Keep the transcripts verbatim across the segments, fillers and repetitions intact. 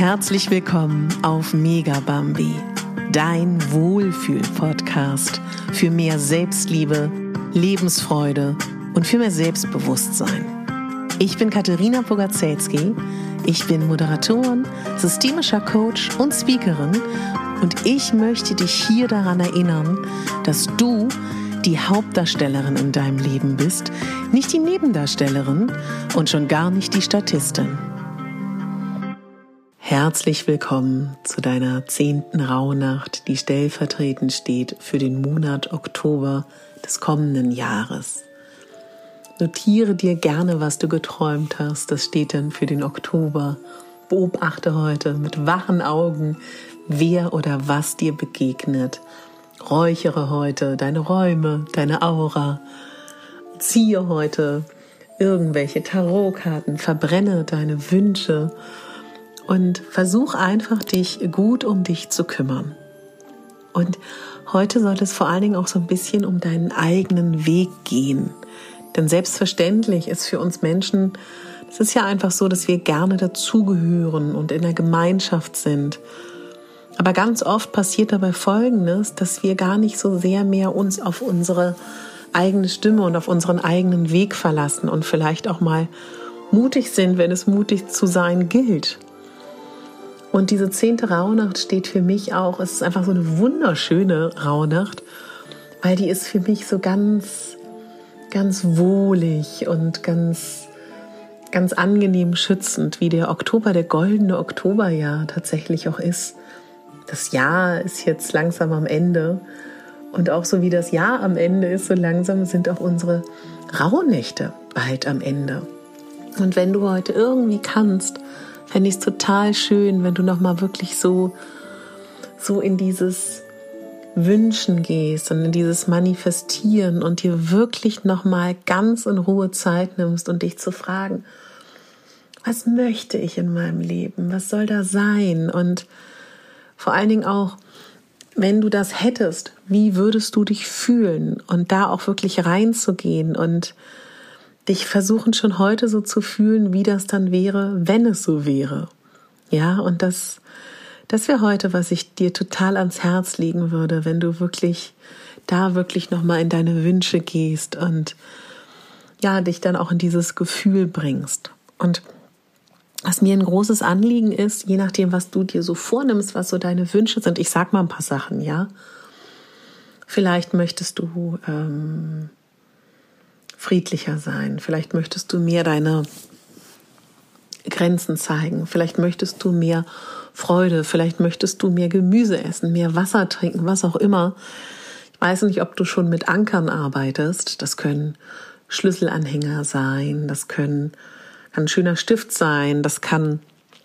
Herzlich willkommen auf Mega Bambi, dein Wohlfühl-Podcast für mehr Selbstliebe, Lebensfreude und für mehr Selbstbewusstsein. Ich bin Katharina Pogacelski, ich bin Moderatorin, systemischer Coach und Speakerin und ich möchte dich hier daran erinnern, dass du die Hauptdarstellerin in deinem Leben bist, nicht die Nebendarstellerin und schon gar nicht die Statistin. Herzlich willkommen zu deiner zehnten Rauhnacht, die stellvertretend steht für den Monat Oktober des kommenden Jahres. Notiere dir gerne, was du geträumt hast, das steht dann für den Oktober. Beobachte heute mit wachen Augen, wer oder was dir begegnet. Räuchere heute deine Räume, deine Aura. Ziehe heute irgendwelche Tarotkarten, verbrenne deine Wünsche und versuch einfach, dich gut um dich zu kümmern. Und heute soll es vor allen Dingen auch so ein bisschen um deinen eigenen Weg gehen. Denn selbstverständlich ist für uns Menschen, es ist ja einfach so, dass wir gerne dazugehören und in der Gemeinschaft sind. Aber ganz oft passiert dabei Folgendes, dass wir gar nicht so sehr mehr uns auf unsere eigene Stimme und auf unseren eigenen Weg verlassen und vielleicht auch mal mutig sind, wenn es mutig zu sein gilt. Und diese zehnte Rauhnacht steht für mich auch, es ist einfach so eine wunderschöne Rauhnacht, weil die ist für mich so ganz, ganz wohlig und ganz, ganz angenehm schützend, wie der Oktober, der goldene Oktober ja tatsächlich auch ist. Das Jahr ist jetzt langsam am Ende und auch so wie das Jahr am Ende ist, so langsam sind auch unsere Rauhnächte bald am Ende. Und wenn du heute irgendwie kannst, fände ich es total schön, wenn du nochmal wirklich so, so in dieses Wünschen gehst und in dieses Manifestieren und dir wirklich nochmal ganz in Ruhe Zeit nimmst und dich zu fragen, was möchte ich in meinem Leben? Was soll da sein? Und vor allen Dingen auch, wenn du das hättest, wie würdest du dich fühlen? Und da auch wirklich reinzugehen und dich versuchen schon heute so zu fühlen, wie das dann wäre, wenn es so wäre. Ja, und das, das wäre heute, was ich dir total ans Herz legen würde, wenn du wirklich da wirklich nochmal in deine Wünsche gehst und ja, dich dann auch in dieses Gefühl bringst. Und was mir ein großes Anliegen ist, je nachdem, was du dir so vornimmst, was so deine Wünsche sind, ich sag mal ein paar Sachen, ja. Vielleicht möchtest du ähm, friedlicher sein, vielleicht möchtest du mehr deine Grenzen zeigen, vielleicht möchtest du mehr Freude, vielleicht möchtest du mehr Gemüse essen, mehr Wasser trinken, was auch immer. Ich weiß nicht, ob du schon mit Ankern arbeitest, das können Schlüsselanhänger sein, das können kann ein schöner Stift sein, das kann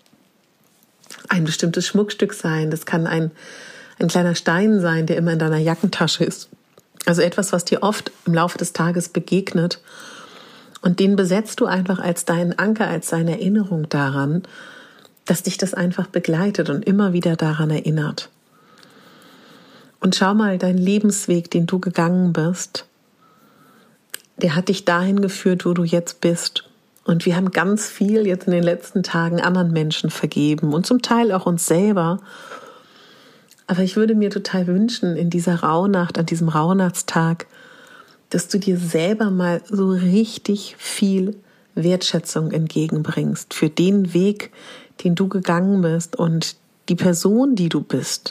ein bestimmtes Schmuckstück sein, das kann ein, ein kleiner Stein sein, der immer in deiner Jackentasche ist. Also etwas, was dir oft im Laufe des Tages begegnet. Und den besetzt du einfach als deinen Anker, als deine Erinnerung daran, dass dich das einfach begleitet und immer wieder daran erinnert. Und schau mal, dein Lebensweg, den du gegangen bist, der hat dich dahin geführt, wo du jetzt bist. Und wir haben ganz viel jetzt in den letzten Tagen anderen Menschen vergeben und zum Teil auch uns selber. Aber ich würde mir total wünschen, in dieser Rauhnacht, an diesem Rauhnachtstag, dass du dir selber mal so richtig viel Wertschätzung entgegenbringst für den Weg, den du gegangen bist und die Person, die du bist.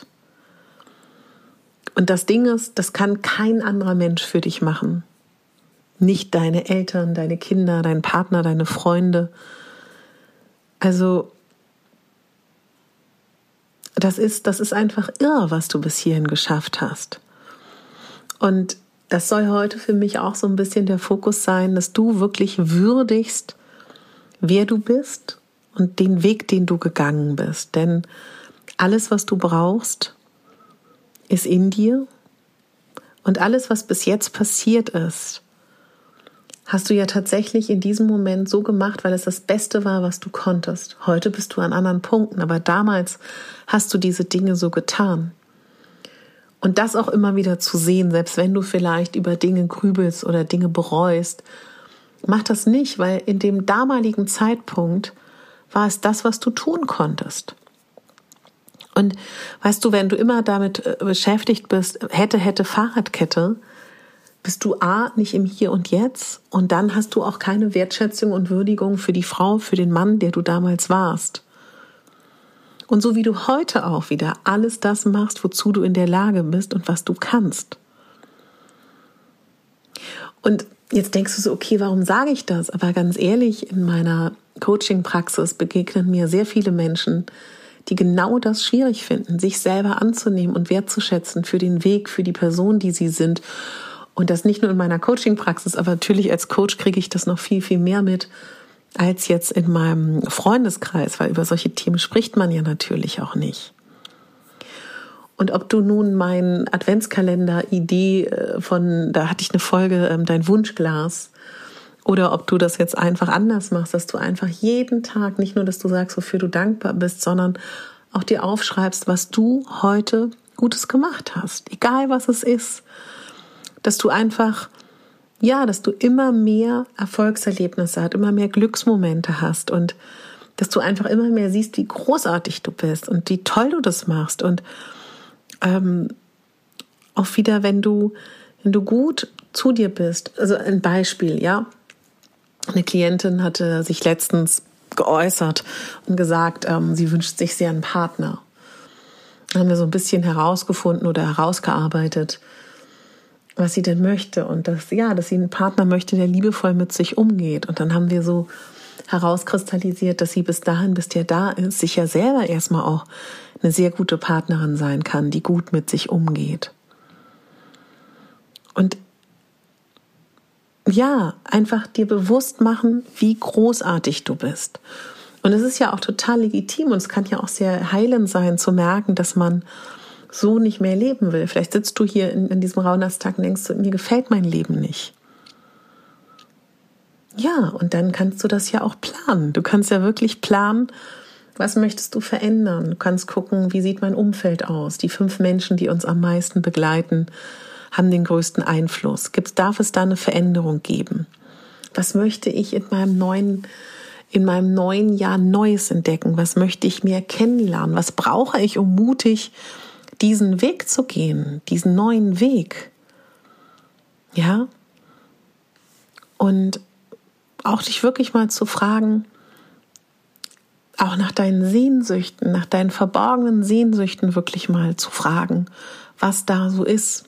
Und das Ding ist, das kann kein anderer Mensch für dich machen. Nicht deine Eltern, deine Kinder, dein Partner, deine Freunde. Also das ist, das ist einfach irre, was du bis hierhin geschafft hast. Und das soll heute für mich auch so ein bisschen der Fokus sein, dass du wirklich würdigst, wer du bist und den Weg, den du gegangen bist. Denn alles, was du brauchst, ist in dir. Und alles, was bis jetzt passiert ist, hast du ja tatsächlich in diesem Moment so gemacht, weil es das Beste war, was du konntest. Heute bist du an anderen Punkten, aber damals hast du diese Dinge so getan. Und das auch immer wieder zu sehen, selbst wenn du vielleicht über Dinge grübelst oder Dinge bereust, mach das nicht, weil in dem damaligen Zeitpunkt war es das, was du tun konntest. Und weißt du, wenn du immer damit beschäftigt bist, hätte, hätte, Fahrradkette, bist du A, nicht im Hier und Jetzt und dann hast du auch keine Wertschätzung und Würdigung für die Frau, für den Mann, der du damals warst. Und so wie du heute auch wieder alles das machst, wozu du in der Lage bist und was du kannst. Und jetzt denkst du so, okay, warum sage ich das? Aber ganz ehrlich, in meiner Coaching-Praxis begegnen mir sehr viele Menschen, die genau das schwierig finden, sich selber anzunehmen und wertzuschätzen für den Weg, für die Person, die sie sind. Und das nicht nur in meiner Coaching-Praxis, aber natürlich als Coach kriege ich das noch viel, viel mehr mit als jetzt in meinem Freundeskreis, weil über solche Themen spricht man ja natürlich auch nicht. Und ob du nun meinen Adventskalender-Idee von, da hatte ich eine Folge, dein Wunschglas, oder ob du das jetzt einfach anders machst, dass du einfach jeden Tag, nicht nur, dass du sagst, wofür du dankbar bist, sondern auch dir aufschreibst, was du heute Gutes gemacht hast, egal was es ist. Dass du einfach, ja, dass du immer mehr Erfolgserlebnisse hast, immer mehr Glücksmomente hast und dass du einfach immer mehr siehst, wie großartig du bist und wie toll du das machst. Und ähm, auch wieder, wenn du, wenn du gut zu dir bist, also ein Beispiel, ja, eine Klientin hatte sich letztens geäußert und gesagt, ähm, sie wünscht sich sehr einen Partner. Dann haben wir so ein bisschen herausgefunden oder herausgearbeitet, was sie denn möchte und dass, ja, dass sie einen Partner möchte, der liebevoll mit sich umgeht. Und dann haben wir so herauskristallisiert, dass sie bis dahin, bis der da ist, sich ja selber erstmal auch eine sehr gute Partnerin sein kann, die gut mit sich umgeht. Und ja, einfach dir bewusst machen, wie großartig du bist. Und es ist ja auch total legitim und es kann ja auch sehr heilend sein, zu merken, dass man so nicht mehr leben will. Vielleicht sitzt du hier in, in diesem Rauhnachtstag und denkst, mir gefällt mein Leben nicht. Ja, und dann kannst du das ja auch planen. Du kannst ja wirklich planen, was möchtest du verändern. Du kannst gucken, wie sieht mein Umfeld aus. Die fünf Menschen, die uns am meisten begleiten, haben den größten Einfluss. Gibt, darf es da eine Veränderung geben? Was möchte ich in meinem neuen, in meinem neuen Jahr Neues entdecken? Was möchte ich mir kennenlernen? Was brauche ich, um mutig diesen Weg zu gehen, diesen neuen Weg? Ja? Und auch dich wirklich mal zu fragen, auch nach deinen Sehnsüchten, nach deinen verborgenen Sehnsüchten wirklich mal zu fragen, was da so ist.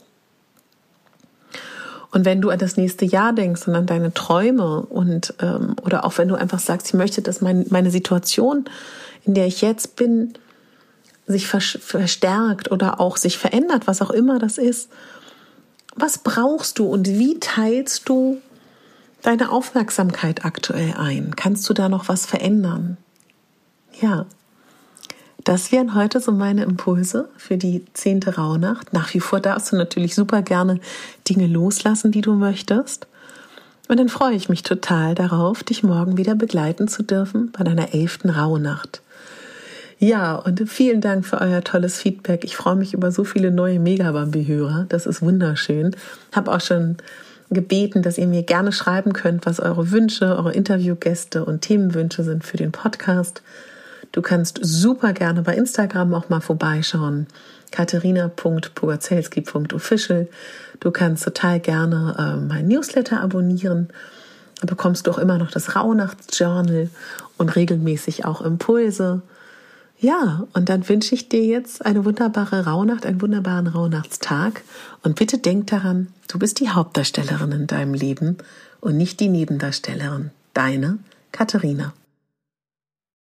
Und wenn du an das nächste Jahr denkst und an deine Träume und ähm, oder auch wenn du einfach sagst, ich möchte, dass mein, meine Situation, in der ich jetzt bin, sich verstärkt oder auch sich verändert, was auch immer das ist, was brauchst du und wie teilst du deine Aufmerksamkeit aktuell ein? Kannst du da noch was verändern? Ja, das wären heute so meine Impulse für die zehnte Rauhnacht. Nach wie vor darfst du natürlich super gerne Dinge loslassen, die du möchtest. Und dann freue ich mich total darauf, dich morgen wieder begleiten zu dürfen bei deiner elften Rauhnacht. Ja, und vielen Dank für euer tolles Feedback. Ich freue mich über so viele neue Megabambi-Hörer. Das ist wunderschön. Habe auch schon gebeten, dass ihr mir gerne schreiben könnt, was eure Wünsche, eure Interviewgäste und Themenwünsche sind für den Podcast. Du kannst super gerne bei Instagram auch mal vorbeischauen. katharina punkt pogazelski punkt official. Du kannst total gerne äh, mein Newsletter abonnieren. Da bekommst du auch immer noch das Rauhnachtsjournal und regelmäßig auch Impulse. Ja, und dann wünsche ich dir jetzt eine wunderbare Rauhnacht, einen wunderbaren Rauhnachtstag. Und bitte denk daran, du bist die Hauptdarstellerin in deinem Leben und nicht die Nebendarstellerin. Deine Katharina.